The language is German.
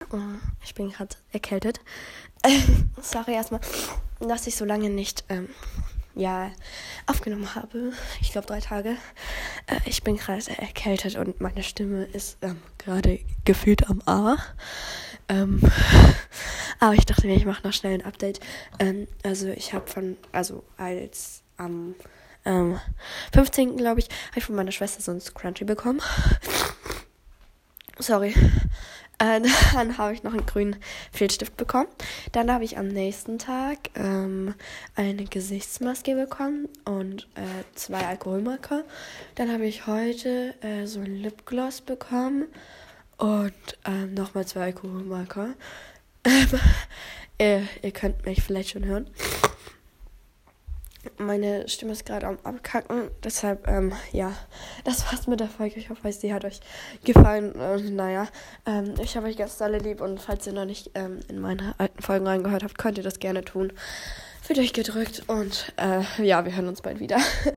Oh, ich bin gerade erkältet. Sorry erstmal, dass ich so lange nicht aufgenommen habe. Ich glaube 3 Tage. Ich bin gerade erkältet und meine Stimme ist gerade gefühlt am A. Aber ich dachte mir, ich mache noch schnell ein Update. Ich habe als am 15. glaube ich, habe ich von meiner Schwester so ein Scrunchie bekommen. Sorry. Dann habe ich noch einen grünen Filzstift bekommen. Dann habe ich am nächsten Tag eine Gesichtsmaske bekommen und 2 Alkoholmarker. Dann habe ich heute so ein Lipgloss bekommen und nochmal 2 Alkoholmarker. Ihr könnt mich vielleicht schon hören. Meine Stimme ist gerade am Abkacken, deshalb, das war's mit der Folge. Ich hoffe, sie hat euch gefallen. Ich habe euch ganz alle lieb und falls ihr noch nicht in meine alten Folgen reingehört habt, könnt ihr das gerne tun. Fühlt euch gedrückt und wir hören uns bald wieder.